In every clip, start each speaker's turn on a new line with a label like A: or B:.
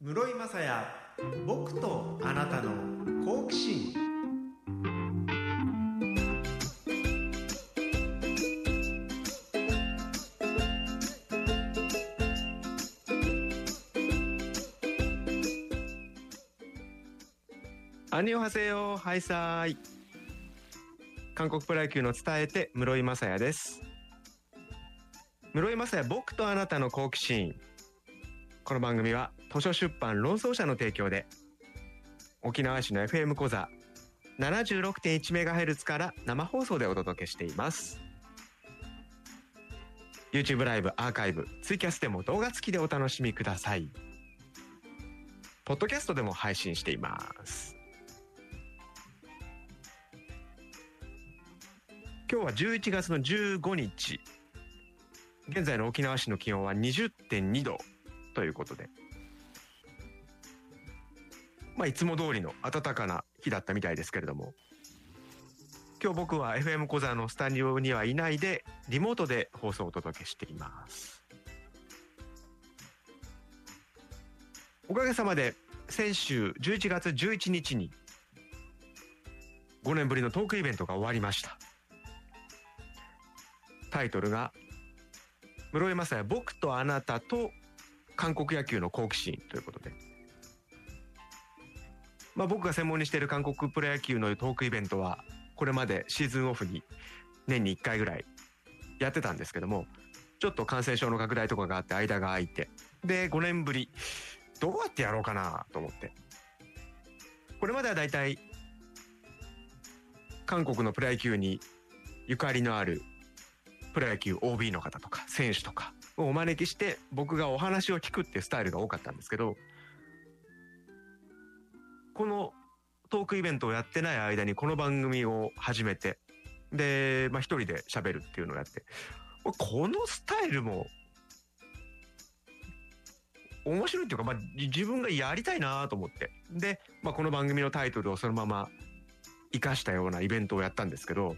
A: 室井雅也、僕とあなたの好奇心。
B: アンニョンハセヨ、ハイサーイ。韓国プロ野球の伝えて室井雅也です。室井雅也、僕とあなたの好奇心。この番組は図書出版論争者の提供で沖縄市の FM コザ 76.1MHz から生放送でお届けしています。 YouTube ライブ、アーカイブ、ツイキャスでも動画付きでお楽しみください。ポッドキャストでも配信しています。今日は11月の15日、現在の沖縄市の気温は 20.2 度ということで、いつも通りの暖かな日だったみたいですけれども、今日僕は FM コザのスタジオにはいないでリモートで放送をお届けしています。おかげさまで先週11月11日に5年ぶりのトークイベントが終わりました。タイトルが室井雅也、僕とあなたと韓国野球の好奇心ということで、僕が専門にしている韓国プロ野球のトークイベントはこれまでシーズンオフに年に1回ぐらいやってたんですけども、ちょっと感染症の拡大とかがあって間が空いて、で5年ぶりどうやってやろうかなと思って、これまではだいたい韓国のプロ野球にゆかりのあるプロ野球 OB の方とか選手とかをお招きして僕がお話を聞くっていうスタイルが多かったんですけど、このトークイベントをやってない間にこの番組を始めて、で一人で喋るっていうのをやって、このスタイルも面白いっていうか、自分がやりたいなと思って、で、この番組のタイトルをそのまま生かしたようなイベントをやったんですけど、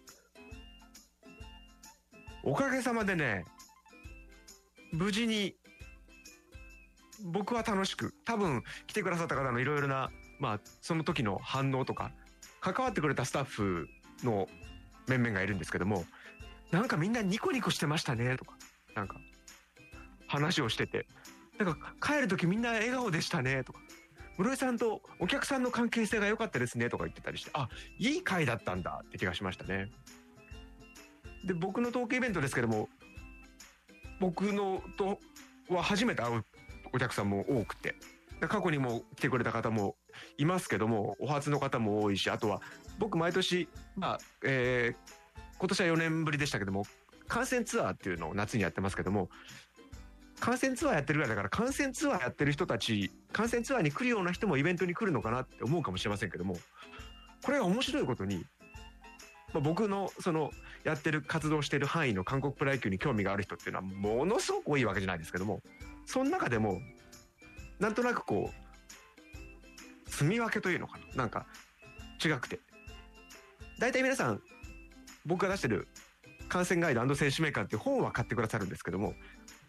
B: おかげさまでね、無事に僕は楽しく、多分来てくださった方のいろいろなその時の反応とか、関わってくれたスタッフの面々がいるんですけども、なんかみんなニコニコしてましたねとか、なんか話をしてて、なんか帰る時みんな笑顔でしたねとか、室井さんとお客さんの関係性が良かったですねとか言ってたりして、いい会だったんだって気がしましたね。で、僕のトークイベントですけども、僕のとは初めて会うお客さんも多くて、過去にも来てくれた方もいますけども、お初の方も多いし、あとは僕毎年今年は4年ぶりでしたけども、観戦ツアーっていうのを夏にやってますけども、観戦ツアーやってるぐらいだから、観戦ツアーやってる人たち、観戦ツアーに来るような人もイベントに来るのかなって思うかもしれませんけども、これが面白いことに、僕のそのやってる活動してる範囲の韓国プロ野球に興味がある人っていうのはものすごく多いわけじゃないですけども、その中でもなんとなくこう住み分けというのかな、なんか違くて、大体皆さん僕が出してる観戦ガイド&選手名鑑っていう本は買ってくださるんですけども、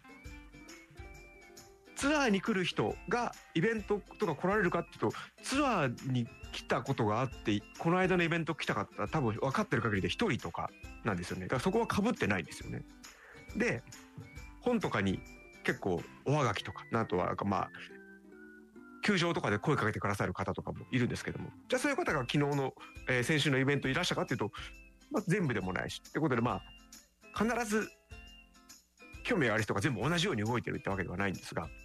B: ツアーに来る人がイベントとか来られるかっていうと、ツアーに来たことがあってこの間のイベント来たかったら多分分かってる限りで1人とかなんですよね。だからそこは被ってないんですよね。で、本とかに結構おはがきとか、あとは球場とかで声かけてくださる方とかもいるんですけども、じゃあそういう方が昨日の、先週のイベントいらっしゃるかっていうと、全部でもないしってことで、必ず興味がある人が全部同じように動いてるってわけではないんですが、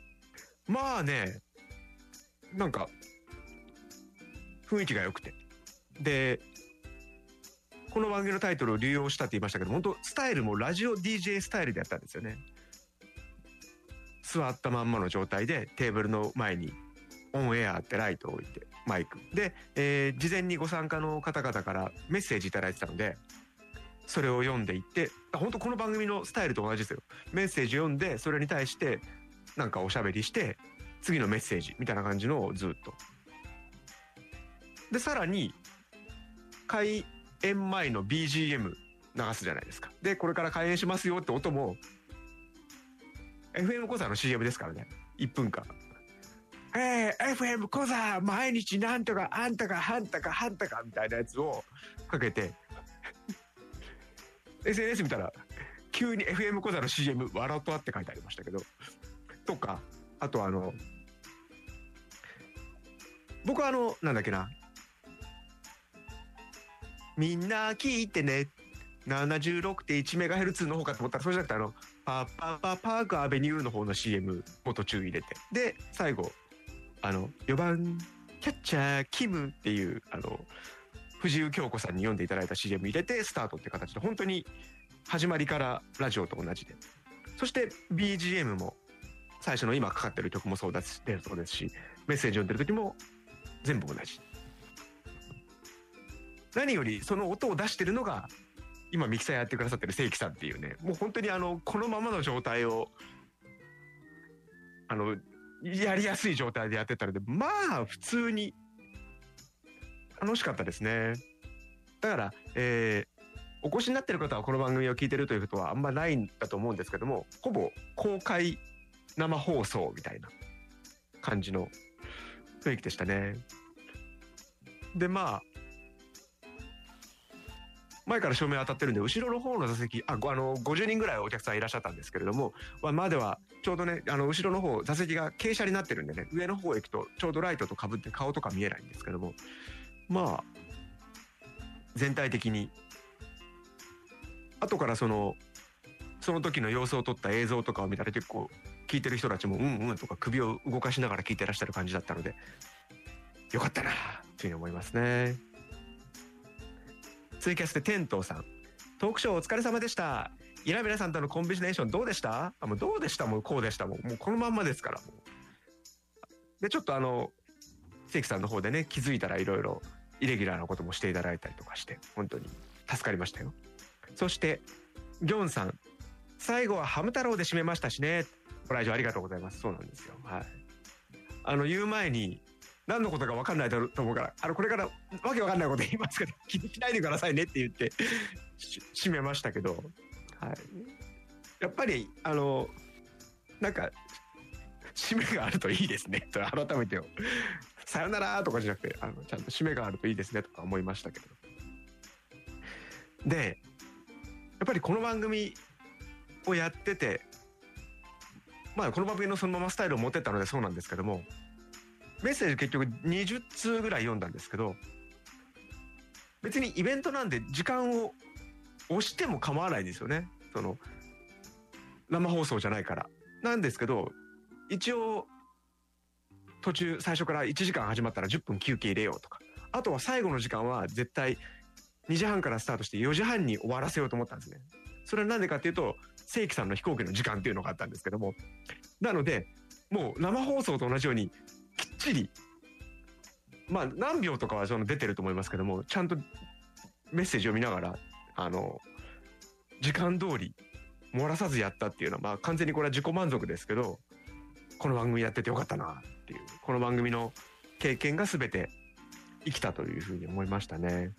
B: なんか雰囲気が良くて、でこの番組のタイトルを流用したって言いましたけど、本当スタイルもラジオ DJ スタイルでやったんですよね。座ったまんまの状態でテーブルの前にオンエアってライトを置いてマイクで、事前にご参加の方々からメッセージいただいてたので、それを読んでいって、本当この番組のスタイルと同じですよ。メッセージ読んで、それに対してなんかおしゃべりして、次のメッセージみたいな感じのをずっと。で、さらに開演前の BGM 流すじゃないですか。で、これから開演しますよって音も FM コザの CM ですからね、1分間 FM 小座毎日なんとかあんたかはんたかはんたかみたいなやつをかけてSNS 見たら急に FM 小座の CM 笑っとあって書いてありましたけど、とか、あと僕はなんだっけな、みんな聞いてね 76.1MHz の方かと思ったらそうじゃなくてパークアベニューの方の CM も途中入れて、で最後4番キャッチャーキムっていう藤井京子さんに読んでいただいた CM 入れてスタートって形で、本当に始まりからラジオと同じで、そして BGM も最初の今かかってる曲もそうですし、メッセージ読んでる時も全部同じ。何よりその音を出してるのが今ミキサーやってくださってる正規さんっていうね、もう本当にこのままの状態をやりやすい状態でやってたので、まあ普通に楽しかったですね。だからお越しになってる方はこの番組を聞いてるということはあんまないんだと思うんですけども、ほぼ公開生放送みたいな感じの雰囲気でしたね。でまあ前から照明当たってるんで、後ろの方の座席50人ぐらいお客さんいらっしゃったんですけれども、まではちょうどね後ろの方座席が傾斜になってるんでね、上の方へ行くとちょうどライトと被って顔とか見えないんですけども、まあ全体的に後からその時の様子を撮った映像とかを見たら結構聞いてる人たちもうんうんとか首を動かしながら聞いてらっしゃる感じだったので、よかったなというふうに思いますね。ツイキャスで天童さん、トークショーお疲れ様でした。イラミラさんとのコンビネーションどうでした？もうどうでした？もうこうでした。もうこのまんまですから。もうでちょっと正規さんの方でね、気づいたらいろいろイレギュラーなこともしていただいたりとかして本当に助かりましたよ。そしてギョンさん、最後はハム太郎で締めましたしね。ご来場ありがとうございます。そうなんですよ。はい。言う前に何のことか分かんないだろうと思うから、これからわけ分かんないこと言いますから気にしないでくださいねって言って締めましたけど、はい。やっぱりなんか締めがあるといいですねと改めてさよならとかじゃなくてちゃんと締めがあるといいですねとか思いましたけど、でやっぱりこの番組をやってて、まあこの番組のそのままスタイルを持ってったのでそうなんですけども、メッセージ結局20通ぐらい読んだんですけど、別にイベントなんで時間を押しても構わないですよね。生放送じゃないからなんですけど、一応途中最初から1時間始まったら10分休憩入れようとか、あとは最後の時間は絶対2時半からスタートして4時半に終わらせようと思ったんですね。それはなんでかっていうと正規さんの飛行機の時間っていうのがあったんですけども、なのでもう生放送と同じようにきっちり、まあ何秒とかは出てると思いますけども、ちゃんとメッセージを見ながら時間通り漏らさずやったっていうのは、まあ完全にこれは自己満足ですけど、この番組やっててよかったなっていう、この番組の経験が全て生きたというふうに思いましたね。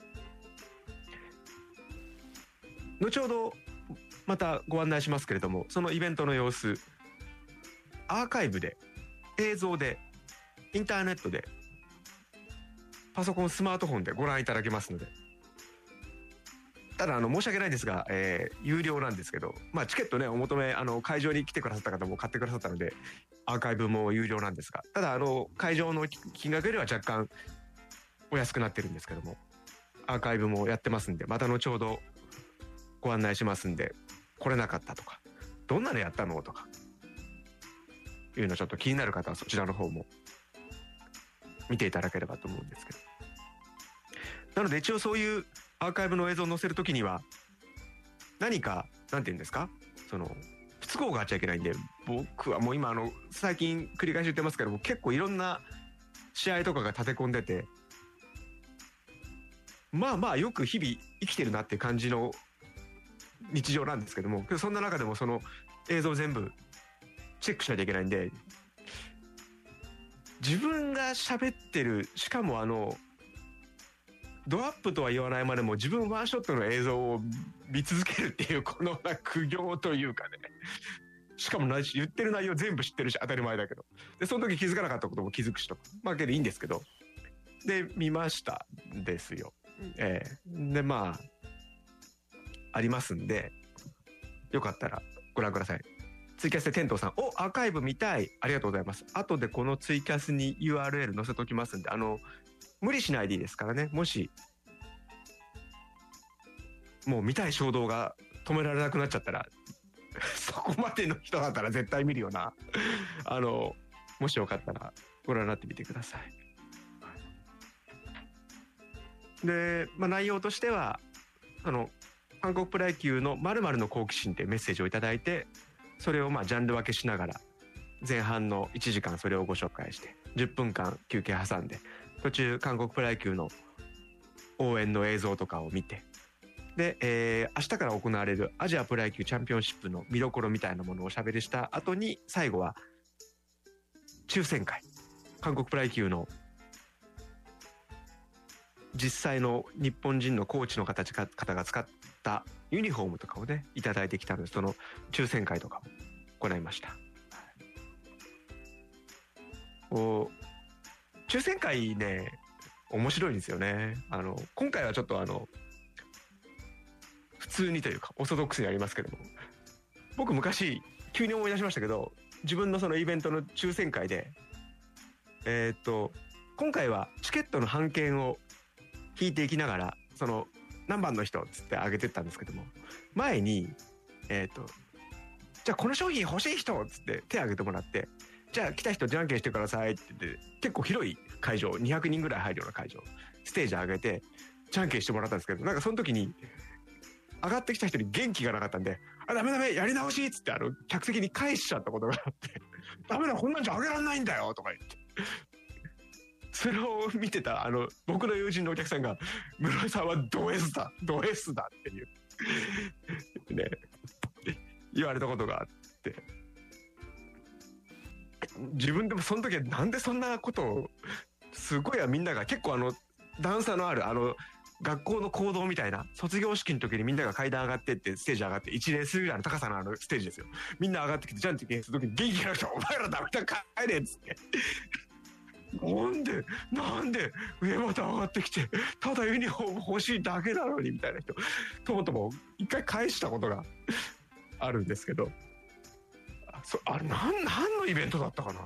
B: 後ほどまたご案内しますけれども、そのイベントの様子アーカイブで映像でインターネットでパソコンスマートフォンでご覧いただけますので、ただ申し訳ないですが、有料なんですけど、まあチケットねお求め会場に来てくださった方も買ってくださったのでアーカイブも有料なんですが、ただ会場の金額よりは若干お安くなってるんですけども、アーカイブもやってますんで、また後ほどご案内しますんで、来れなかったとかどんなのやったのとかいうのちょっと気になる方はそちらの方も見ていただければと思うんですけど、なので一応そういうアーカイブの映像を載せるときには何かなんて言うんですか、不都合があっちゃいけないんで、僕はもう今最近繰り返し言ってますけども、結構いろんな試合とかが立て込んでて、まあまあよく日々生きてるなって感じの日常なんですけども、そんな中でもその映像全部チェックしなきゃいけないんで、自分が喋ってる、しかもドアップとは言わないまでも自分ワンショットの映像を見続けるっていうこの苦行というかね、 しかも言ってる内容全部知ってるし当たり前だけど。で、その時気づかなかったことも気づくしとか。まあけどいいんですけど。で、見ましたですよ。で、まあ、ありますんで、よかったらご覧ください。ツイキャスでテントウさん、アーカイブ見たい。ありがとうございます。後でこのツイキャスに URL 載せときますんで、無理しないでいいですからね。もし、もう見たい衝動が止められなくなっちゃったら、そこまでの人だったら絶対見るよな。もしよかったらご覧になってみてください。で、まあ、内容としては、韓国プロ野球の〇〇の好奇心ってメッセージをいただいて、それをまあジャンル分けしながら、前半の1時間それをご紹介して、10分間休憩挟んで、途中韓国プロ野球の応援の映像とかを見て、で、明日から行われるアジアプロ野球チャンピオンシップの見どころみたいなものをおしゃべりした後に、最後は抽選会、韓国プロ野球の実際の日本人のコーチの方が使ったユニフォームとかをねいただいてきたので、その抽選会とかも行いました。抽選会ね面白いんですよね。今回はちょっと普通にというかオーソドックスにありますけども、僕昔急に思い出しましたけど、自分のそのイベントの抽選会で今回はチケットの半券を引いていきながら、その何番の人っつってあげてったんですけども、前にじゃあこの商品欲しい人っつって手挙げてもらって、じゃあ来た人じゃんけんしてくださいって言って、結構広い会場、200人ぐらい入るような会場、ステージ上げてじゃんけんしてもらったんですけど、なんかその時に上がってきた人に元気がなかったんで、ダメやり直しっつって客席に返しちゃったことがあって、ダメだこんなんじゃ上げられないんだよとか言って、それを見てた僕の友人のお客さんが、室井さんはド S だっていうね言われたことがあって、自分でもその時はなんでそんなことを、すごいみんなが結構段差のある学校の講堂みたいな、卒業式の時にみんなが階段上がってってステージ上がって1年数ぐらいの高さのステージですよ。みんな上がってきてじゃんけんする時に元気がなくて、お前らダメだ帰れっつってなんで上まで上がってきてただユニフォーム欲しいだけなのにみたいな人ともとも一回返したことがあるんですけど、あれ何のイベントだったかな、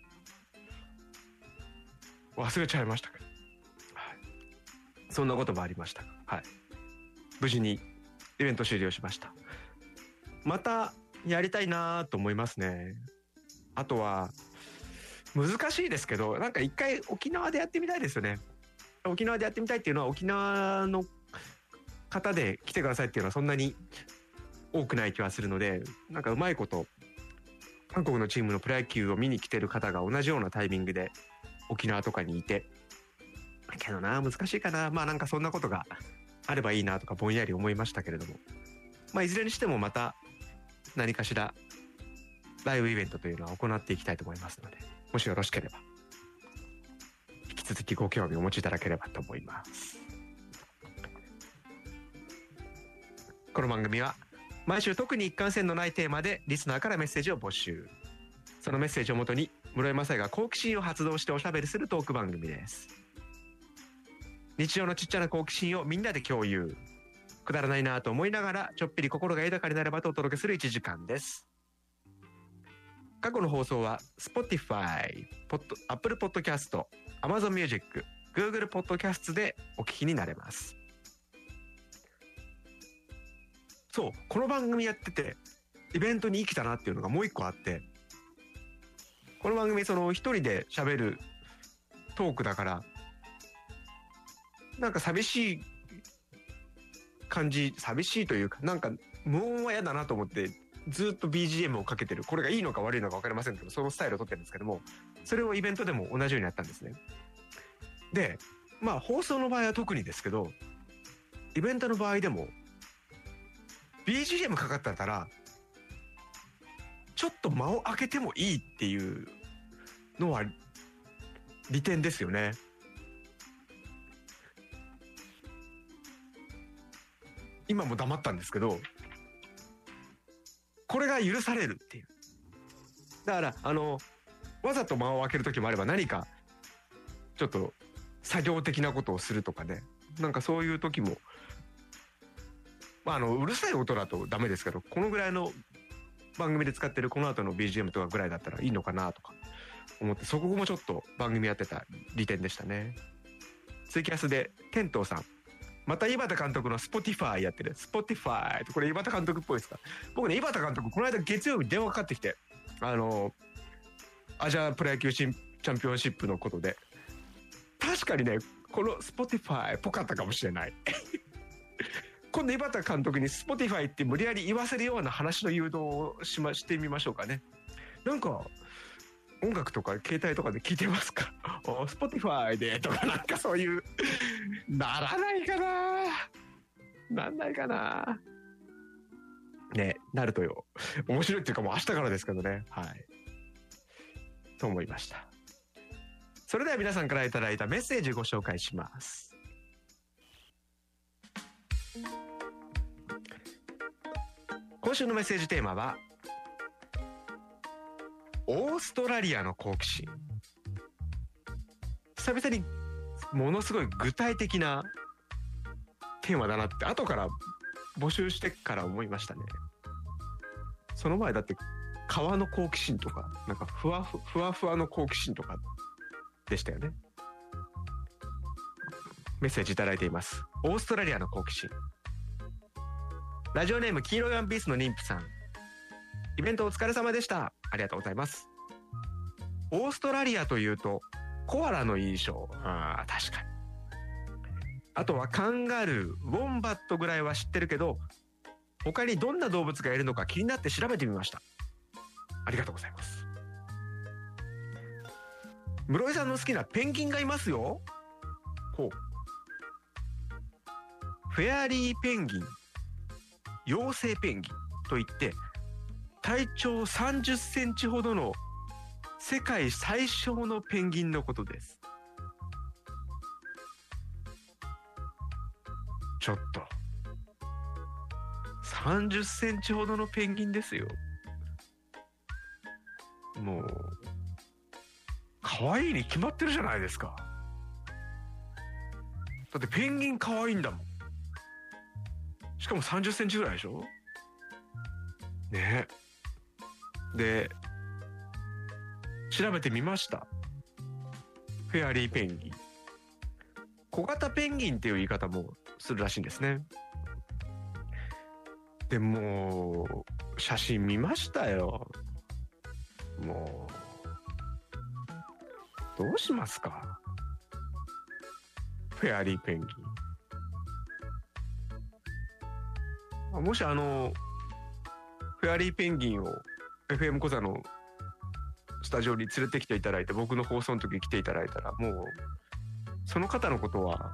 B: 忘れちゃいましたけど、はい、そんなこともありました。はい、無事にイベント終了しました。またやりたいなと思いますね。あとは難しいですけど、なんか一回沖縄でやってみたいですよね。沖縄でやってみたいっていうのは、沖縄の方で来てくださいっていうのはそんなに多くない気はするので、なんかうまいこと韓国のチームのプロ野球を見に来てる方が同じようなタイミングで沖縄とかにいて、けどな難しいかな、まあなんかそんなことがあればいいなとかぼんやり思いましたけれども、まあいずれにしてもまた何かしらライブイベントというのは行っていきたいと思いますので、もしよろしければ引き続きご興味をお持ちいただければと思います。この番組は毎週特に一貫性のないテーマでリスナーからメッセージを募集。そのメッセージをもとに室井雅也が好奇心を発動しておしゃべりするトーク番組です。日常のちっちゃな好奇心をみんなで共有、くだらないなと思いながらちょっぴり心が豊かになればとお届けする1時間です。過去の放送は Spotify、Apple Podcast、Amazon Music、Google Podcast でお聞きになれます。そう、この番組やっててイベントに生きたなっていうのがもう一個あって、この番組その一人で喋るトークだから、なんか寂しい感じ、寂しいというか、なんか無音は嫌だなと思ってずっと BGM をかけてる。これがいいのか悪いのか分かりませんけど、そのスタイルを取ってるんですけども、それをイベントでも同じようにやったんですね。で、まあ放送の場合は特にですけど、イベントの場合でも BGM かかってたらちょっと間を空けてもいいっていうのは利点ですよね。今も黙ったんですけど、これが許されるっていう。 だからわざと間を空ける時もあれば、何かちょっと作業的なことをするとかね、なんかそういう時も、うるさい音だとダメですけど、このぐらいの番組で使ってるこの後の BGM とかぐらいだったらいいのかなとか思って、そこもちょっと番組やってた利点でしたね。ツイキャスで天童さん、また井端監督の Spotify やってる。Spotify ってこれ井端監督っぽいですか？僕ね、井端監督この間月曜日電話かかってきて、アジアプロ野球チャンピオンシップのことで、確かにね、この Spotify っぽかったかもしれない。今度井端監督に Spotify って無理やり言わせるような話の誘導をしてみましょうかね。なんか音楽とか携帯とかで聞いてますか？Spotify でとか、なんかそういうならないかな、なんないかなね、なるとよ面白いっていうか、もう明日からですけどね、はいと思いました。それでは皆さんからいただいたメッセージご紹介します。今週のメッセージテーマはオーストラリアの好奇心。久々にものすごい具体的なテーマだなって後から募集してから思いましたね。その前だって川の好奇心とか、なんかふわふわの好奇心とかでしたよね。メッセージいただいています。オーストラリアの好奇心。ラジオネーム黄色いワンピースの妊婦さん、イベントお疲れ様でした。ありがとうございます。オーストラリアというとコアラの印象。確かに。あとはカンガルー、ウォンバットぐらいは知ってるけど、他にどんな動物がいるのか気になって調べてみました。ありがとうございます。室井さんの好きなペンギンがいますよ。ほう。フェアリーペンギン、妖精ペンギンといって、体長30センチほどの世界最小のペンギンのことです。ちょっと30センチほどのペンギンですよ。もう可愛いに決まってるじゃないですか。だってペンギン可愛いんだもん。しかも30センチぐらいでしょね。で調べてみました。フェアリーペンギン、小型ペンギンっていう言い方もするらしいんですね。でも写真見ましたよ。もうどうしますか、フェアリーペンギン。もしフェアリーペンギンを FM コザのスタジオに連れてきていただいて、僕の放送の時に来ていただいたら、もうその方のことは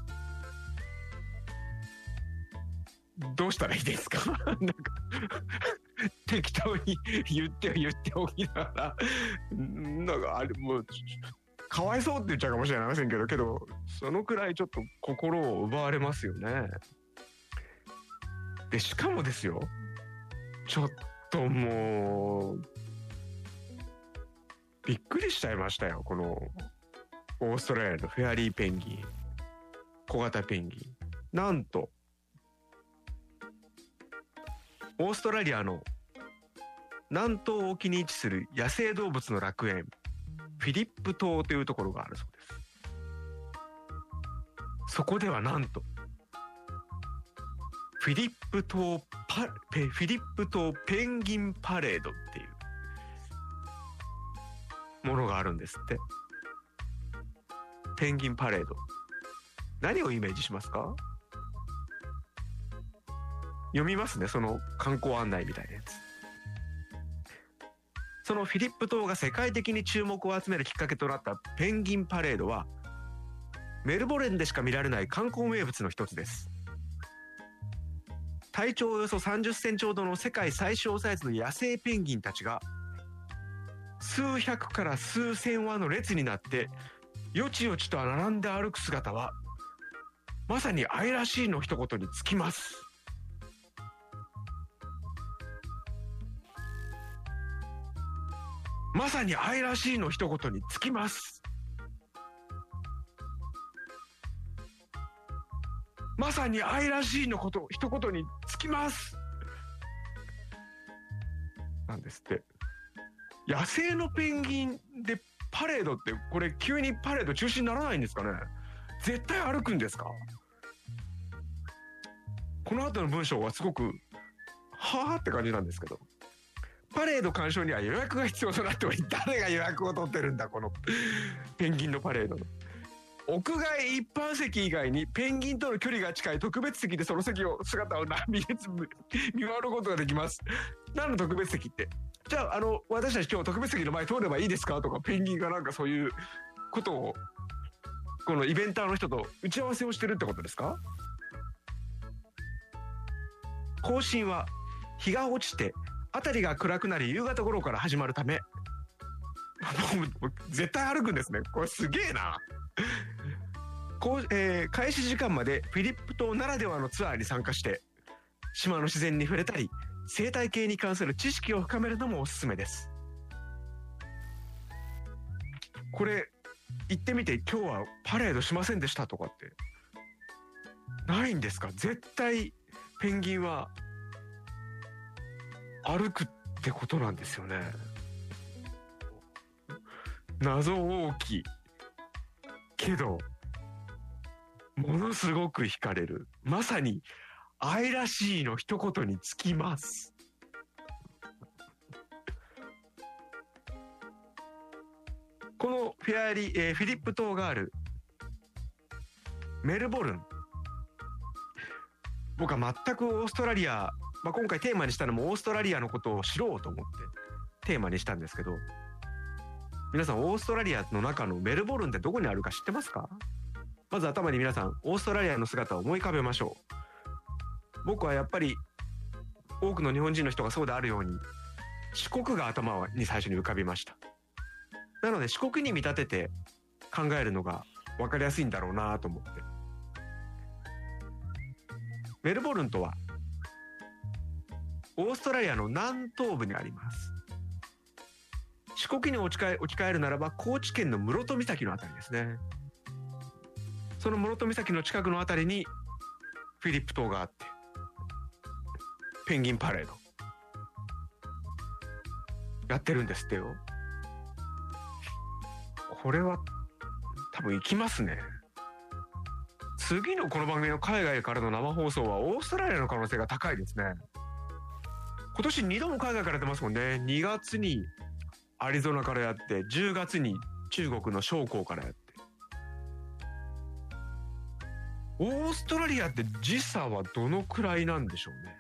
B: どうしたらいいですか？なんか適当に言っておきながら、なんかあれもうかわいそうって言っちゃうかもしれませんけど、そのくらいちょっと心を奪われますよね。でしかもですよ、ちょっともうびっくりしちゃいましたよ。このオーストラリアのフェアリーペンギン、小型ペンギン、なんとオーストラリアの南東沖に位置する野生動物の楽園、フィリップ島というところがあるそうです。そこではなんとフィリップ島ペンギンパレードっていうものがあるんですって。ペンギンパレード、何をイメージしますか？読みますね、その観光案内みたいなやつ。そのフィリップ島が世界的に注目を集めるきっかけとなったペンギンパレードは、メルボルンでしか見られない観光名物の一つです。体長およそ30センチほどの世界最小サイズの野生ペンギンたちが数百から数千羽の列になってよちよちと並んで歩く姿は、まさに愛らしいの一言につきます。 まさに愛らしいの一言につきます。まさに愛らしいのこと一言につきますなんですって。野生のペンギンでパレードって、これ急にパレード中止にならないんですかね。絶対歩くんですか。この後の文章はすごくはあって感じなんですけど、パレード鑑賞には予約が必要となっており、誰が予約を取ってるんだこのペンギンのパレードの。屋外一般席以外にペンギンとの距離が近い特別席でその姿を見回ることができます。何の特別席って、じゃあ私たち今日特別席の前通ればいいですかとか、ペンギンがなんかそういうことをこのイベンターの人と打ち合わせをしてるってことですか。行進は日が落ちて辺りが暗くなり夕方頃から始まるため絶対歩くんですね。これすげえな。開始時間までフィリップ島ならではのツアーに参加して島の自然に触れたり生態系に関する知識を深めるのもおすすめです。これ行ってみて今日はパレードしませんでしたとかってないんですか。絶対ペンギンは歩くってことなんですよね。謎大きいけどものすごく惹かれる、まさに愛らしいの一言につきます。このフィリップ島があるメルボルン、僕は全くオーストラリア、今回テーマにしたのもオーストラリアのことを知ろうと思ってテーマにしたんですけど、皆さんオーストラリアの中のメルボルンってどこにあるか知ってますか。まず頭に皆さんオーストラリアの姿を思い浮かべましょう。僕はやっぱり多くの日本人の人がそうであるように四国が頭に最初に浮かびました。なので四国に見立てて考えるのが分かりやすいんだろうなと思って。メルボルンとはオーストラリアの南東部にあります。四国に置き換えるならば高知県の室戸岬のあたりですね。その室戸岬の近くのあたりにフィリップ島があってペンギンパレードやってるんですってよ。これは多分行きますね。次のこの番組の海外からの生放送はオーストラリアの可能性が高いですね。今年2度も海外から出ますもんね。2月にアリゾナからやって10月に中国の将校からやって、オーストラリアって時差はどのくらいなんでしょうね。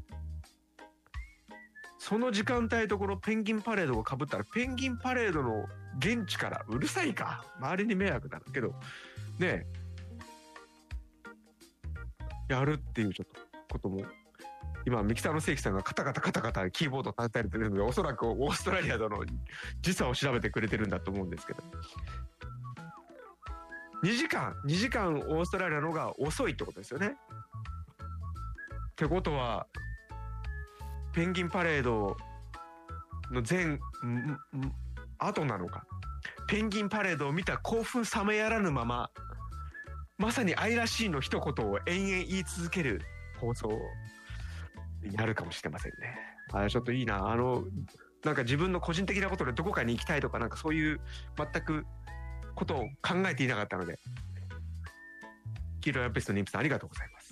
B: その時間帯とこのペンギンパレードが被ったらペンギンパレードの現地からうるさいか、周りに迷惑だけどねやるっていうちょっとことも、今ミキサーの関さんがカタカタキーボード叩いてるので、おそらくオーストラリアとの時差を調べてくれてるんだと思うんですけど、2時間オーストラリアの方が遅いってことですよね。ってことはペンギンパレードの後なのか、ペンギンパレードを見た興奮冷めやらぬまままさに愛らしいの一言を延々言い続ける放送になるかもしれませんね。ちょっといいな。なんか自分の個人的なことでどこかに行きたいとか、なんかそういう全くことを考えていなかったので、黄色いアペスト妊婦さんありがとうございます。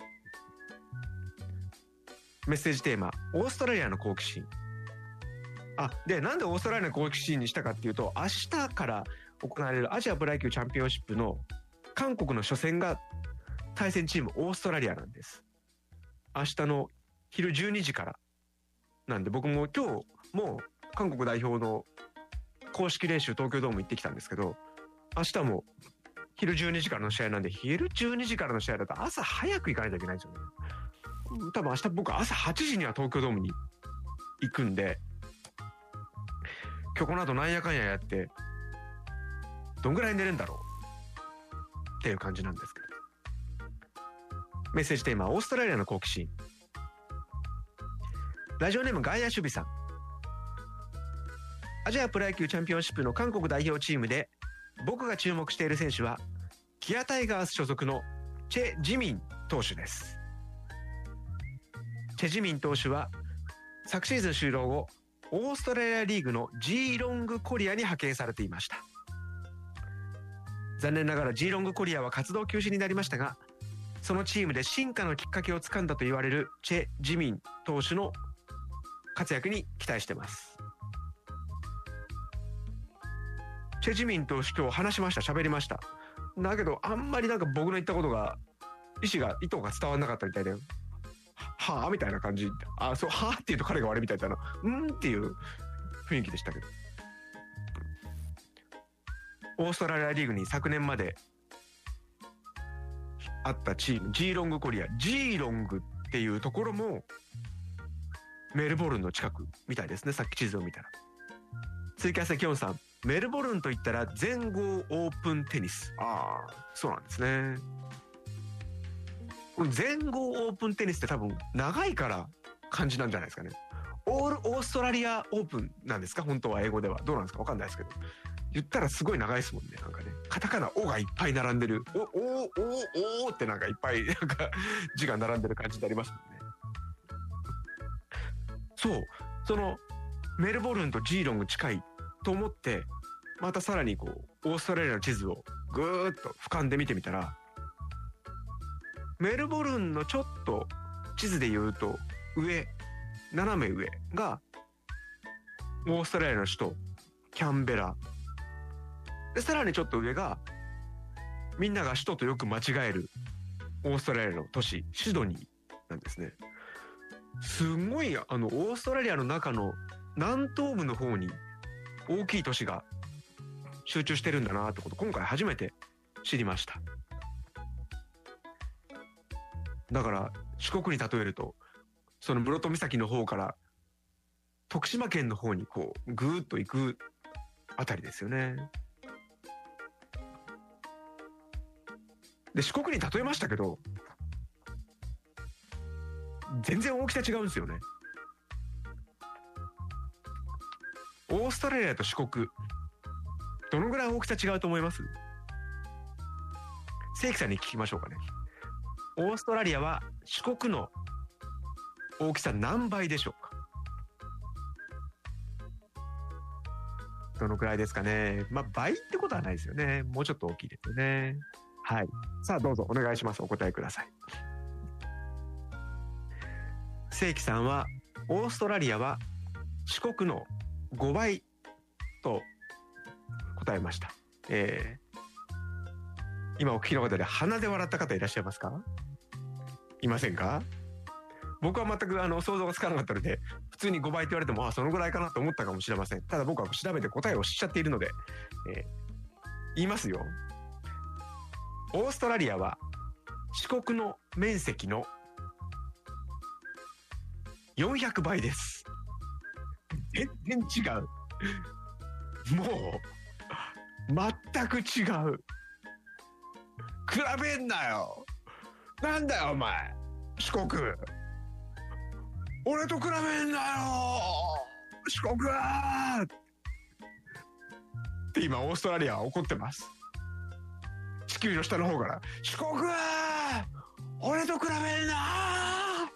B: メッセージテーマ、オーストラリアの好奇心。でなんでオーストラリアの好奇心にしたかっていうと、明日から行われるアジアプロ野球チャンピオンシップの韓国の初戦が対戦チームオーストラリアなんです。明日の昼12時からなんで、僕も今日もう韓国代表の公式練習東京ドーム行ってきたんですけど、明日も昼12時からの試合なんで、昼12時からの試合だと朝早く行かないといけないんですよね。多分明日僕朝8時には東京ドームに行くんで、今日この後なんやかんややってどんぐらい寝れんだろうっていう感じなんですけど。メッセージテーマ、オーストラリアの好奇心。ラジオネーム外野守備さん。 アジアプロ野球チャンピオンシップの韓国代表チームで僕が注目している選手はキアタイガース所属のチェ・ジミン投手です。チェ・ジミン投手は昨シーズン終了後オーストラリアリーグのジーロングコリアに派遣されていました。残念ながらジーロングコリアは活動休止になりましたが、そのチームで進化のきっかけをつかんだと言われるチェ・ジミン投手の活躍に期待しています。チェ・ジミン投手今日話しました、喋りました。だけどあんまりなんか僕の言ったことが意図が伝わらなかったみたいで、はあみたいな感じ、あ、そう、はあって言うと彼が悪いみたいだな、っていう雰囲気でしたけど、オーストラリアリーグに昨年まであったチームジーロングコリア、ジーロングっていうところもメルボルンの近くみたいですね。さっき地図を見たら。ツイキャスキョンさん、メルボルンといったら全豪オープンテニス。ああ、そうなんですね。全豪オープンテニスって多分長いから感じなんじゃないですかね。オーストラリアオープンなんですか、本当は。英語ではどうなんですか、分かんないですけど、言ったらすごい長いですもんね。なんかね、カタカナ「お」がいっぱい並んでる、おってなんかいっぱいなんか字が並んでる感じになりますもんね。そう、そのメルボルンとジーロング近いと思って、またさらにこうオーストラリアの地図をぐーっと俯瞰で見てみたら、メルボルンのちょっと地図で言うと上、斜め上がオーストラリアの首都キャンベラで、さらにちょっと上がみんなが首都とよく間違えるオーストラリアの都市シドニーなんですね。すごいオーストラリアの中の南東部の方に大きい都市が集中してるんだなってこと、今回初めて知りました。だから四国に例えると、その室戸岬の方から徳島県の方にこうぐーっと行くあたりですよね。で、四国に例えましたけど全然大きさ違うんですよね。オーストラリアと四国、どのぐらい大きさ違うと思います？正規さんに聞きましょうかね。オーストラリアは四国の大きさ何倍でしょうか？どのくらいですかね。まあ倍ってことはないですよね。もうちょっと大きいですよね。はい。さあどうぞお願いします。お答えください。正規さんはオーストラリアは四国の5倍と答えました。今お聞きの方で鼻で笑った方いらっしゃいますか？いませんか？僕は全く想像がつかなかったので、普通に5倍と言われてもそのぐらいかなと思ったかもしれません。ただ僕は調べて答えを知っちゃっているので、言いますよ。オーストラリアは四国の面積の400倍です。全然違う。もう全く違う。比べんなよ。なんだよお前、四国俺と比べんなよ四国はって今オーストラリアは怒ってます。地球の下の方から四国は俺と比べんな、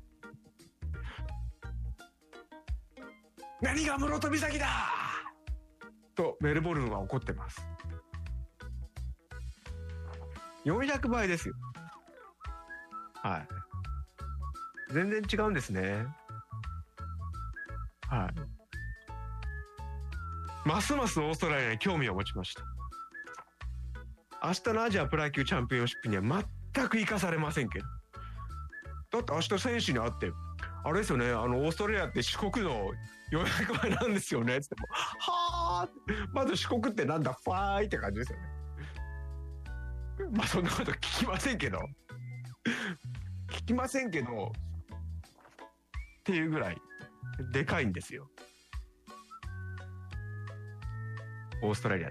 B: 何が室戸岬だとメルボルンは怒ってます。400倍ですよ。はい。全然違うんですね。はい。ますますオーストラリアに興味を持ちました。明日のアジアプロ野球チャンピオンシップには全く生かされませんけど。だって明日選手に会って、あれですよね、オーストラリアって四国の400倍なんですよねって言っても、はー、まず四国ってなんだ、ファーイって感じですよね。まあそんなこと聞きませんけどっていうぐらいでかいんですよ、オーストラリアって。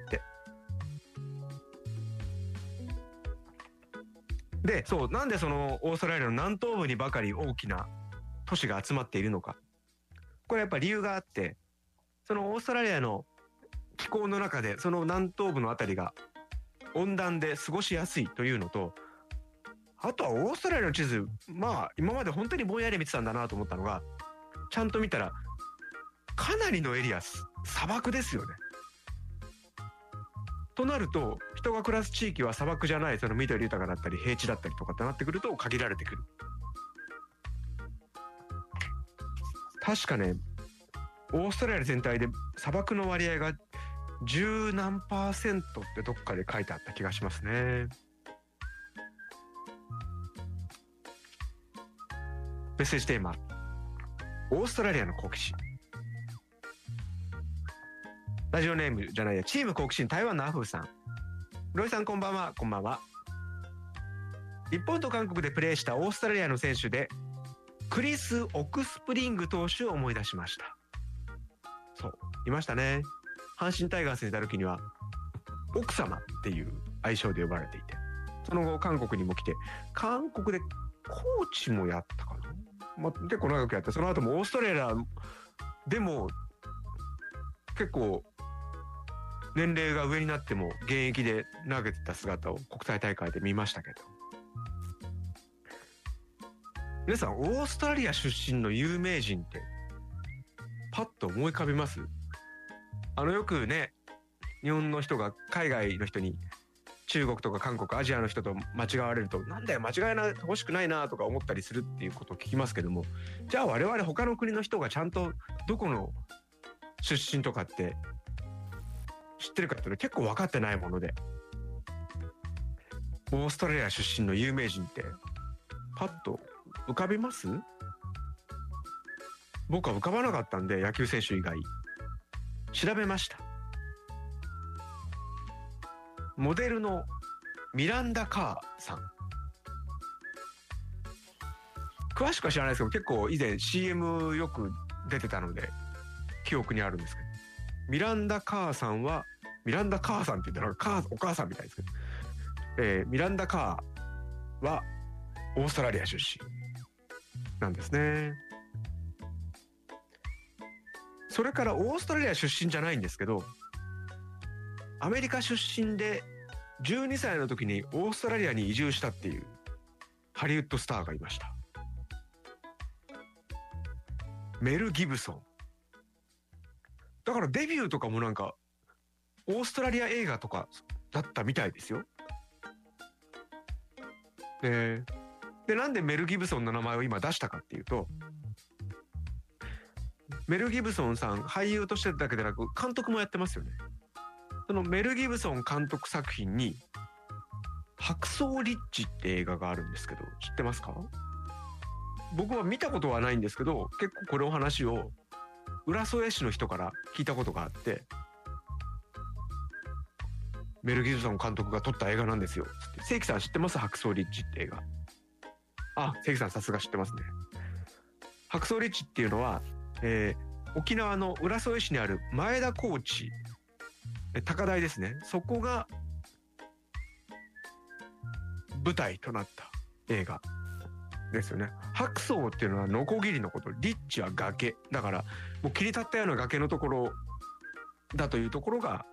B: で、そう、なんでそのオーストラリアの南東部にばかり大きな都市が集まっているのか。これやっぱ理由があって、 そのオーストラリアの気候の中でその南東部のあたりが温暖で過ごしやすいというのと、あとはオーストラリアの地図、まあ今まで本当にぼんやり見てたんだなと思ったのが、ちゃんと見たらかなりのエリア砂漠ですよね。となると人が暮らす地域は砂漠じゃない、その緑豊かだったり平地だったりとかってなってくると限られてくる。確かね、オーストラリア全体で砂漠の割合が十何%ってどっかで書いてあった気がしますね。メッセージテーマ、オーストラリアの好奇心。ラジオネームじゃないや、チーム好奇心台湾のアフーさん。ロイさんこんばんは。こんばんは。日本と韓国でプレーしたオーストラリアの選手でクリス・オクスプリング投手を思い出しました。そう、いましたね。阪神タイガースにいた時には奥様っていう愛称で呼ばれていて、その後韓国にも来て、韓国でコーチもやったかな、まあ、結構長くやって、その後もオーストラリアでも結構年齢が上になっても現役で投げてた姿を国際大会で見ましたけど、皆さんオーストラリア出身の有名人ってパッと思い浮かびます？よくね、日本の人が海外の人に中国とか韓国、アジアの人と間違われると、なんだよ間違いな欲しくないなとか思ったりするっていうことを聞きますけども、じゃあ我々他の国の人がちゃんとどこの出身とかって知ってるかっていうのは結構分かってないもので、オーストラリア出身の有名人ってパッと浮かびます？僕は浮かばなかったんで、野球選手以外調べました。モデルのミランダ・カーさん、詳しくは知らないですけど、結構以前 CM よく出てたので記憶にあるんですけど、ミランダ・カーさんは、ミランダ・カーさんって言ったらお母さんみたいですけど、ミランダ・カーはオーストラリア出身なんですね。それからオーストラリア出身じゃないんですけど、アメリカ出身で12歳の時にオーストラリアに移住したっていうハリウッドスターがいました。メル・ギブソン。だからデビューとかもなんかオーストラリア映画とかだったみたいですよ。で、なんでメル・ギブソンの名前を今出したかっていうと、メル・ギブソンさん俳優としてだけでなく監督もやってますよね。そのメル・ギブソン監督作品に白装リッチって映画があるんですけど、知ってますか？僕は見たことはないんですけど、結構これお話を浦添市の人から聞いたことがあって、メル・ギブソン監督が撮った映画なんですよつって。関さん知ってます？白装リッチって映画。あ、関さんさすが知ってますね。白装リッチっていうのは、沖縄の浦添市にある前田高地、高台ですね、そこが舞台となった映画ですよね。白装っていうのはノコギリのこと、リッチは崖だから、もう切り立ったような崖のところだというところが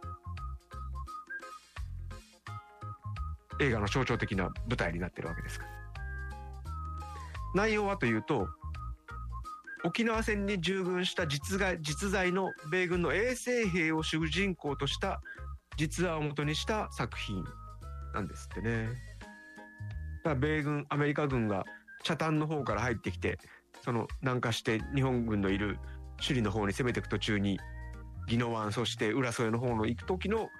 B: 映画の象徴的な舞台になってるわけですから。内容はというと、沖縄戦に従軍した実在の米軍の衛生兵を主人公とした実話を元にした作品なんですってね。だから米軍、アメリカ軍が北谷の方から入ってきて、その南下して日本軍のいる首里の方に攻めていく途中に宜野湾、そして浦添の方の行く時の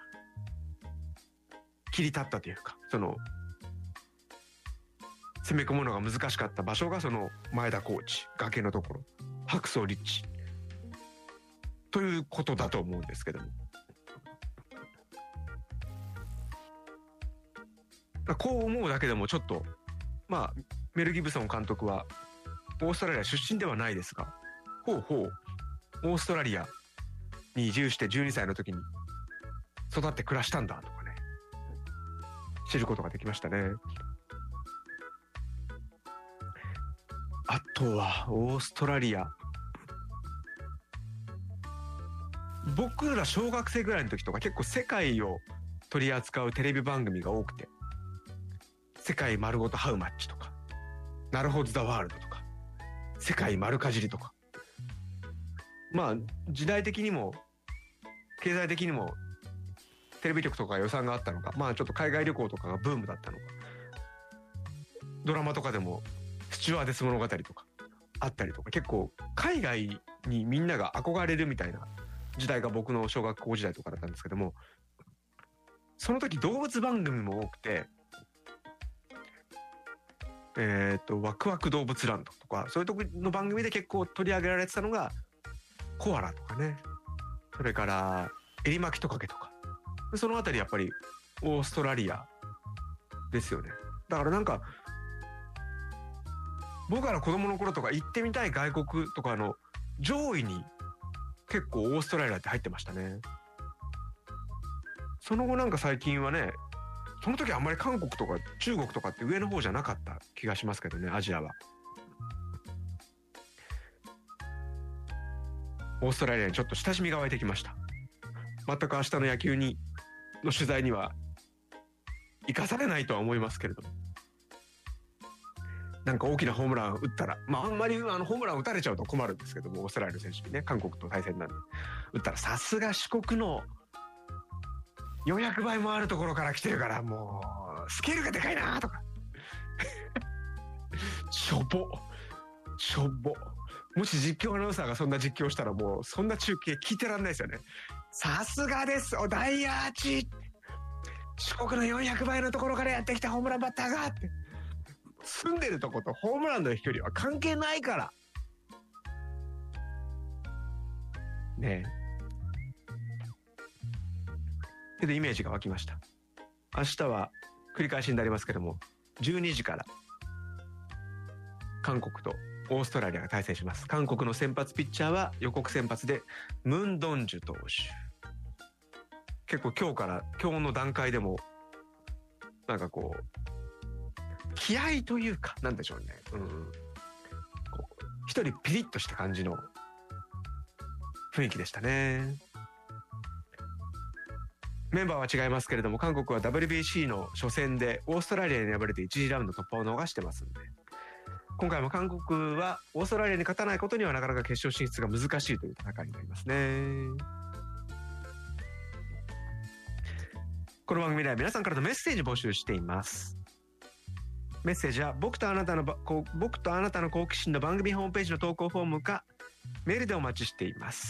B: 切り立ったというか、その攻め込むのが難しかった場所がその前田高地、崖のところ、白装リッチということだと思うんですけども、こう思うだけでもちょっと、まあメル・ギブソン監督はオーストラリア出身ではないですが、オーストラリアに移住して12歳の時に育って暮らしたんだとかね、知ることができましたね。あとはオーストラリア、 僕ら小学生ぐらいの時とか結構世界を取り扱うテレビ番組が多くて、世界丸ごとハウマッチとか、なるほどザワールドとか、世界丸かじりとか、まあ時代的にも経済的にもテレビ局とか予算があったのか、まあちょっと海外旅行とかがブームだったのか、ドラマとかでもスチュワーデス物語とかあったりとか、結構海外にみんなが憧れるみたいな時代が僕の小学校時代とかだったんですけども、その時動物番組も多くて、ワクワク動物ランドとかそういうとこの番組で結構取り上げられてたのがコアラとかね、それからエリマキトカゲとか、そのあたりやっぱりオーストラリアですよね。だからなんか僕ら子供の頃とか行ってみたい外国とかの上位に結構オーストラリアって入ってましたね。その後なんか最近はね、その時あんまり韓国とか中国とかって上の方じゃなかった気がしますけどね、アジアは。オーストラリアにちょっと親しみが湧いてきました。全く明日の野球の取材には生かされないとは思いますけれども、なんか大きなホームラン打ったら、まああんまりホームラン打たれちゃうと困るんですけども、オーストラリアの選手にね、韓国と対戦なんで打ったら、さすが四国の400倍もあるところから来てるから、もうスケールがでかいなとかしょぼもし実況アナウンサーがそんな実況したら、もうそんな中継聞いてらんないですよね。さすがですお大アーチ、四国の400倍のところからやってきたホームランバッターがって、住んでるとことホームランの飛距離は関係ないからねえ。でイメージが湧きました。明日は繰り返しになりますけども、12時から韓国とオーストラリアが対戦します。韓国の先発ピッチャーは予告先発でムン・ドンジュ投手。結構今日の段階でもなんかこう気合というか、なんでしょうね、こう一人ピリッとした感じの雰囲気でしたね。メンバーは違いますけれども、韓国は WBC の初戦でオーストラリアに敗れて1次ラウンド突破を逃してますんで、今回も韓国はオーストラリアに勝たないことにはなかなか決勝進出が難しいという戦いになりますね。この番組では皆さんからのメッセージ募集しています。メッセージは僕とあなたの好奇心の番組ホームページの投稿フォームかメールでお待ちしています。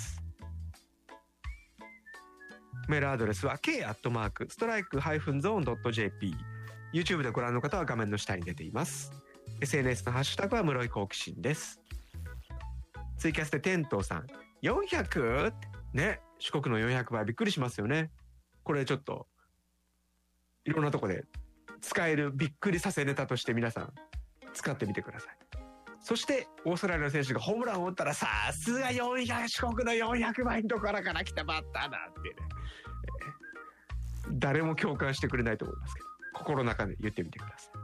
B: メールアドレスは k@strike-zone.jp、 YouTube でご覧の方は画面の下に出ています。 SNS のハッシュタグは室井好奇心です。ツイキャスで天童さん 400? ね、四国の400倍びっくりしますよね。これちょっといろんなとこで使えるびっくりさせネタとして皆さん使ってみてください。そしてオーストラリアの選手がホームランを打ったら、さすが四国の400倍のところから来たバッターだってね、誰も共感してくれないと思いますけど、心の中で言ってみてください。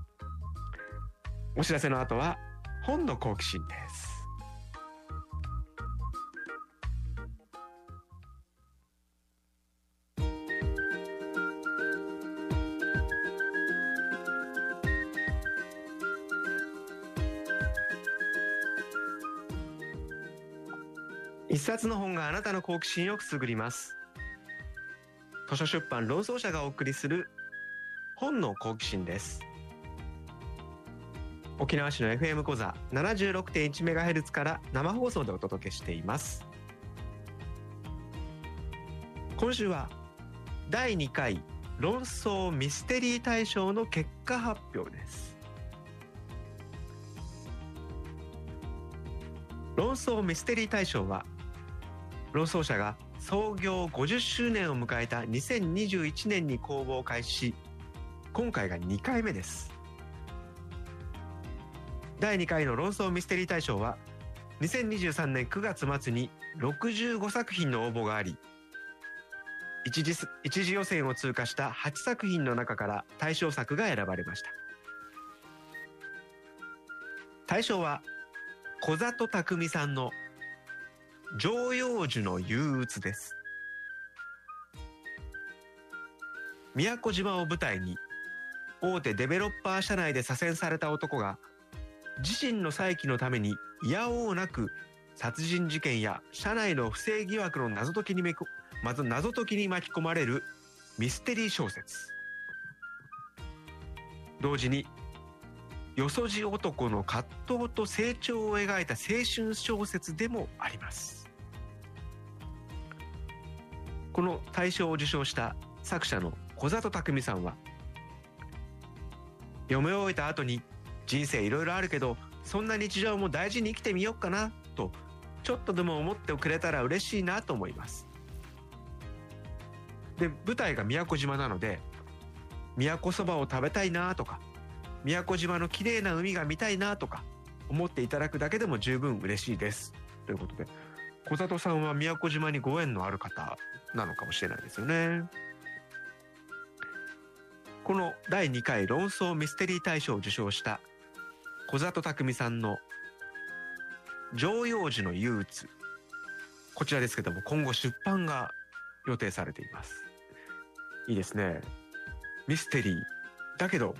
B: お知らせの後は本の好奇心です。一冊の本があなたの好奇心をくすぐります。図書出版論争者がお送りする本の好奇心です。沖縄市の FM コザ 76.1MHz から生放送でお届けしています。今週は第2回論争ミステリー大賞の結果発表です。論争ミステリー大賞は論争者が創業50周年を迎えた2021年に公募を開始し、今回が2回目です。第2回の論争ミステリー大賞は2023年9月末に65作品の応募があり、一次予選を通過した8作品の中から大賞作が選ばれました。大賞は小里匠さんの常陽樹の憂鬱です。宮古島を舞台に大手デベロッパー社内で左遷された男が自身の再起のためにいやおうなく殺人事件や社内の不正疑惑の謎解きに巻き込まれるミステリー小説。同時によそじ男の葛藤と成長を描いた青春小説でもあります。この大賞を受賞した作者の小里匠さんは、読み終えた後に人生いろいろあるけどそんな日常も大事に生きてみようかなとちょっとでも思ってくれたら嬉しいなと思います。で、舞台が宮古島なので宮古そばを食べたいなとか宮古島の綺麗な海が見たいなとか思っていただくだけでも十分嬉しいですということで、小里さんは宮古島にご縁のある方なのかもしれないですよね。この第2回論争ミステリー大賞を受賞した小里匠さんの常陽樹の憂鬱、こちらですけども今後出版が予定されています。いいですね。ミステリーだけど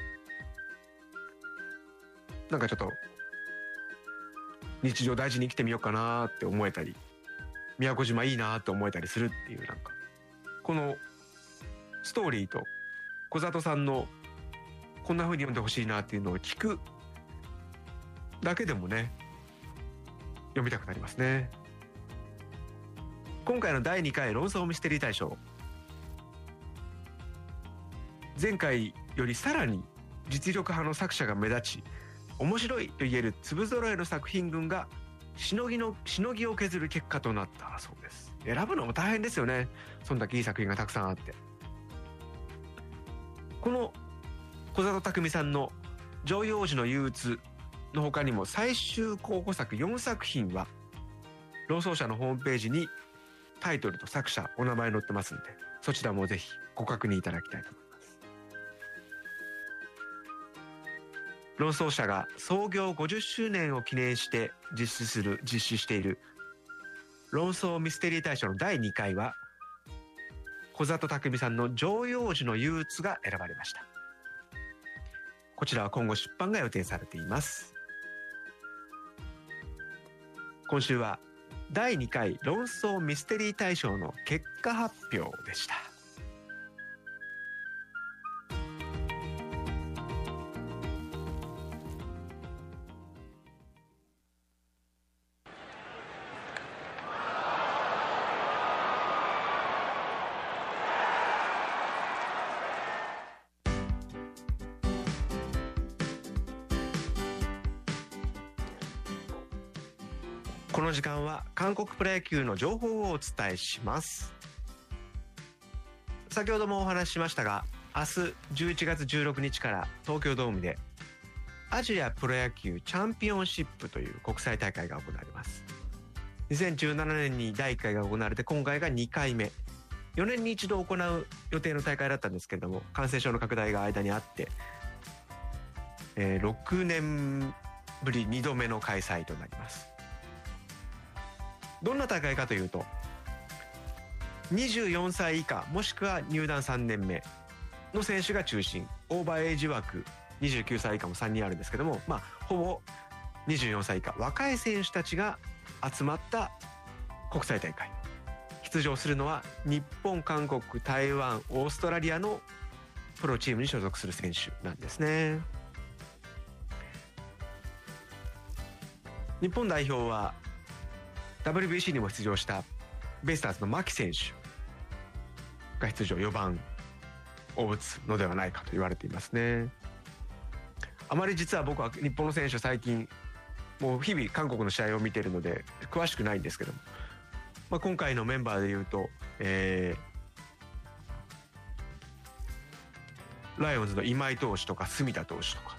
B: なんかちょっと日常大事に生きてみようかなって思えたり、宮古島いいなって思えたりするっていう、なんかこのストーリーと小里さんのこんな風に読んでほしいなっていうのを聞くだけでもね、読みたくなりますね。今回の第2回論争ミステリー大賞、前回よりさらに実力派の作者が目立ち面白いと言える粒揃いの作品群がしのぎを削る結果となったそうです。選ぶのも大変ですよね。そんだけいい作品がたくさんあって。この小里匠さんの常陽樹の憂鬱の他にも最終候補作4作品は論争者のホームページにタイトルと作者お名前載ってますんで、そちらもぜひご確認いただきたいと思います。論争者が創業50周年を記念して実施している論争ミステリー大賞の第2回は小里匠さんの常陽樹の憂鬱が選ばれました。こちらは今後出版が予定されています。今週は第2回論争ミステリー大賞の結果発表でした。この時間は韓国プロ野球の情報をお伝えします。先ほどもお話ししましたが、明日11月16日から東京ドームでアジアプロ野球チャンピオンシップという国際大会が行われます。2017年に第1回が行われて今回が2回目、4年に一度行う予定の大会だったんですけれども、感染症の拡大が間にあって、6年ぶり2度目の開催となります。どんな大会かというと、24歳以下もしくは入団3年目の選手が中心、オーバーエイジ枠29歳以下も3人あるんですけども、ほぼ24歳以下若い選手たちが集まった国際大会。出場するのは日本、韓国、台湾、オーストラリアのプロチームに所属する選手なんですね。日本代表はWBC にも出場したベイスターズの牧選手が出場、4番を打つのではないかと言われていますね。あまり実は僕は日本の選手最近もう日々韓国の試合を見ているので詳しくないんですけども、今回のメンバーでいうと、ライオンズの今井投手とか隅田投手とか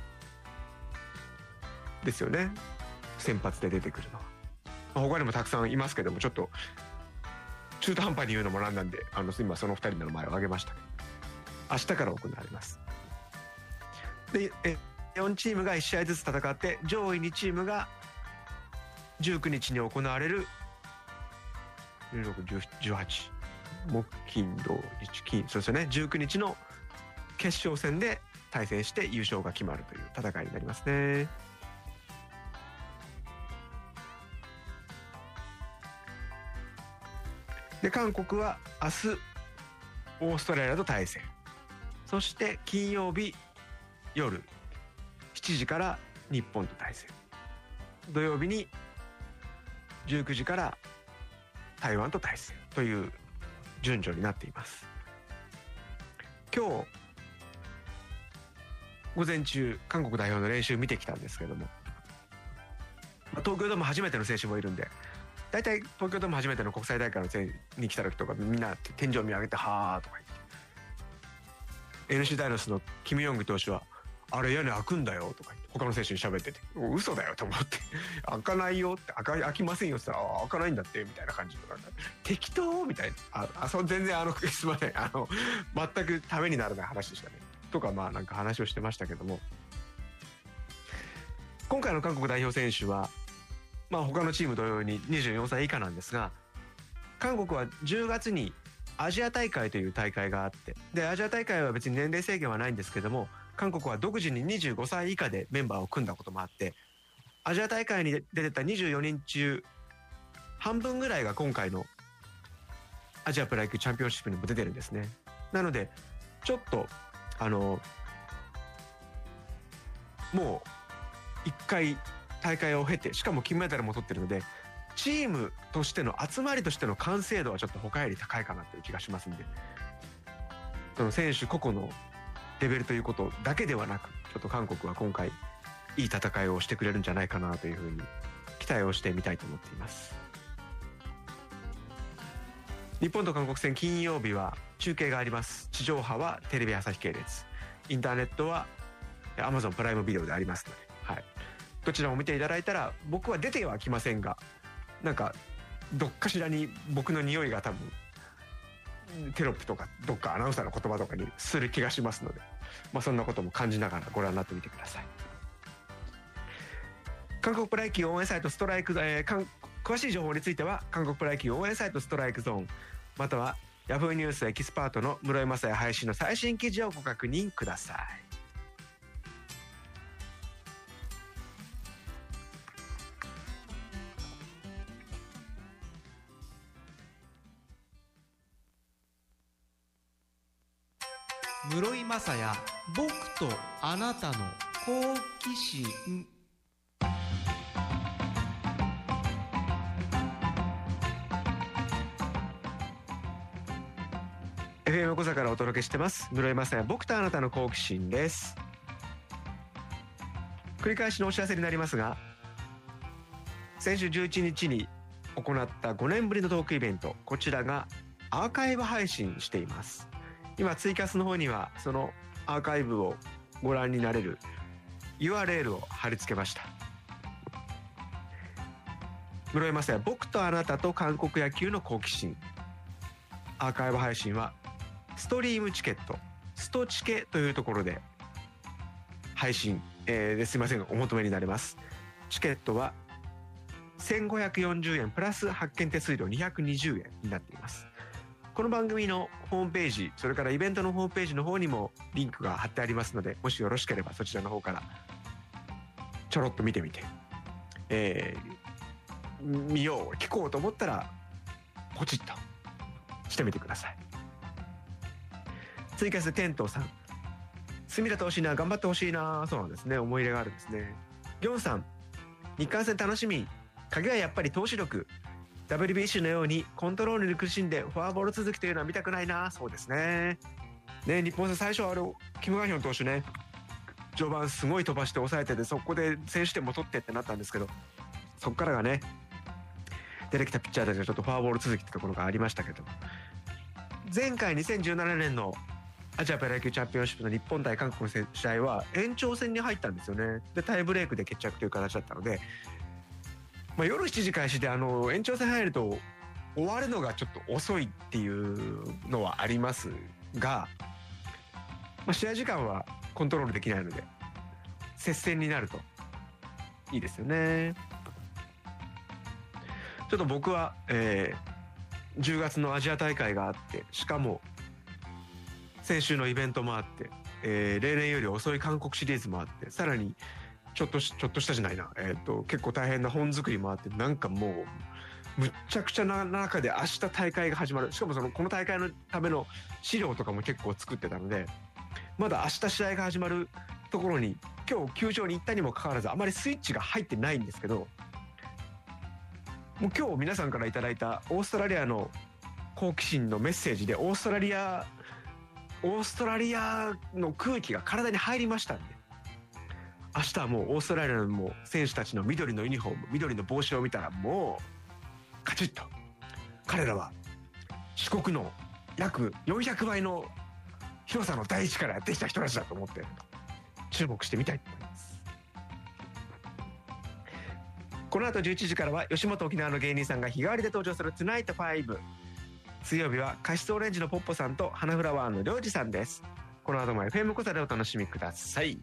B: ですよね、先発で出てくるのは。他にもたくさんいますけども、ちょっと中途半端に言うのもなんなんで、今その2人の名前を挙げましたけど、明日から行われます。で、4チームが1試合ずつ戦って、上位2チームが19日に行われる 16、18木金土日金、そうですよね、19日の決勝戦で対戦して優勝が決まるという戦いになりますね。で韓国は明日オーストラリアと対戦、そして金曜日夜7時から日本と対戦、土曜日に19時から台湾と対戦という順序になっています。今日午前中韓国代表の練習見てきたんですけども、東京ドーム初めての選手もいるんで、大体東京ドーム初めての国際大会のに来た時とかみんな天井見上げてはーとか言って、 NC ダイノスのキム・ヨング投手はあれ屋根開くんだよとか言って他の選手に喋ってて、嘘だよと思って開かないよって、開きませんよって言ったら開かないんだってみたいな感じの、なんか適当みたいな、そう全然すみません、全くためにならない話でしたねとか、まあなんか話をしてましたけども、今回の韓国代表選手はまあ他のチーム同様に24歳以下なんですが、韓国は10月にアジア大会という大会があって、でアジア大会は別に年齢制限はないんですけども、韓国は独自に25歳以下でメンバーを組んだこともあって、アジア大会に出てた24人中半分ぐらいが今回のアジアプロ野球チャンピオンシップにも出てるんですね。なのでちょっともう一回大会を経て、しかも金メダルも取ってるので、チームとしての集まりとしての完成度はちょっと他より高いかなという気がしますんで、その選手個々のレベルということだけではなく、ちょっと韓国は今回いい戦いをしてくれるんじゃないかなというふうに期待をしてみたいと思っています。日本と韓国戦金曜日は中継があります。地上波はテレビ朝日系列、インターネットは Amazon プライムビデオでありますので、はい、どちらも見ていただいたら、僕は出てはきませんが、なんかどっかしらに僕の匂いが多分テロップとかどっかアナウンサーの言葉とかにする気がしますので、まあそんなことも感じながらご覧になってみてください。韓国プロ野球応援サイトストライク、詳しい情報については韓国プロ野球応援サイトストライクゾーン、または Yahoo ニュースエキスパートの室井雅也配信の最新記事をご確認ください。
A: 室井雅也、僕とあなたの好奇心。
B: FM 横澤からお届けしてます室井雅也、僕とあなたの好奇心です。繰り返しのお知らせになりますが、先週11日に行った5年ぶりのトークイベント、こちらがアーカイブ配信しています。今ツイキャスの方にはそのアーカイブをご覧になれる URL を貼り付けました。室井雅也、僕とあなたと韓国野球の好奇心、アーカイブ配信はストリームチケット、ストチケというところで配信、ですいません、お求めになれます。チケットは1540円プラス発券手数料220円になっています。この番組のホームページ、それからイベントのホームページの方にもリンクが貼ってありますので、もしよろしければそちらの方からちょろっと見てみて、見よう聞こうと思ったらポチッとしてみてください。ツイキャステントさん、隅田投手には頑張ってほしいな。そうなんですね、思い入れがあるんですね。ギョンさん、日韓戦楽しみ、鍵はやっぱり投手力、 WBC のようにコントロールに苦しんでフォアボール続きというのは見たくないな。そうですね。ね、日本戦最初はキム・ガヒョン投手ね、序盤すごい飛ばして抑えてて、そこで先取点も取ってってなったんですけど、そこからがね、出てきたピッチャーたちがちょっとフォアボール続きってところがありましたけど、前回2017年のアジアプロ野球チャンピオンシップの日本対韓国の試合は延長戦に入ったんですよね。でタイブレークで決着という形だったので、夜7時開始で延長戦入ると終わるのがちょっと遅いっていうのはありますが、試合時間はコントロールできないので接戦になるといいですよね。ちょっと僕は、 10月のアジア大会があって、しかも先週のイベントもあって、例年より遅い韓国シリーズもあって、さらにちょっとしたじゃないな、結構大変な本作りもあって、なんかもうむっちゃくちゃな中で明日大会が始まる。しかもこの大会のための資料とかも結構作ってたので、まだ明日試合が始まるところに今日球場に行ったにもかかわらずあまりスイッチが入ってないんですけど、もう今日皆さんからいただいたオーストラリアの好奇心のメッセージでオーストラリアの空気が体に入りましたんで、明日はもうオーストラリアの選手たちの緑のユニフォーム、緑の帽子を見たらもうカチッと、彼らは四国の約400倍の広さの大地からやってきた人たちだと思って注目してみたいと思います。この後11時からは吉本沖縄の芸人さんが日替わりで登場するトゥナイト5。水曜日はカシスオレンジのポッポさんと花フラワーのりょうじさんです。この後も FM コサでお楽しみください。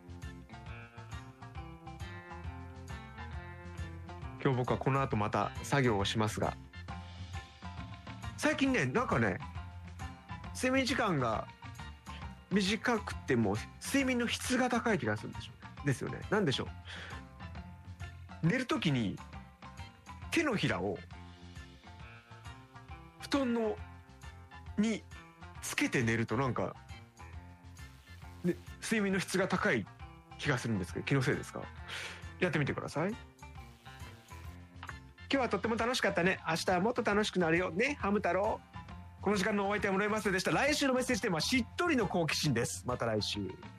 B: 今日僕はこの後また作業をしますが、最近ね、なんかね、睡眠時間が短くても睡眠の質が高い気がするんですよね。なんでしょう、寝るときに手のひらを布団につけて寝るとなんか、ね、睡眠の質が高い気がするんですけど、気のせいですか？やってみてください。今日はとっても楽しかったね。明日はもっと楽しくなるよね、ハム太郎。この時間のお相手は室井雅人でした。来週のメッセージテーマはしっとりの好奇心です。また来週。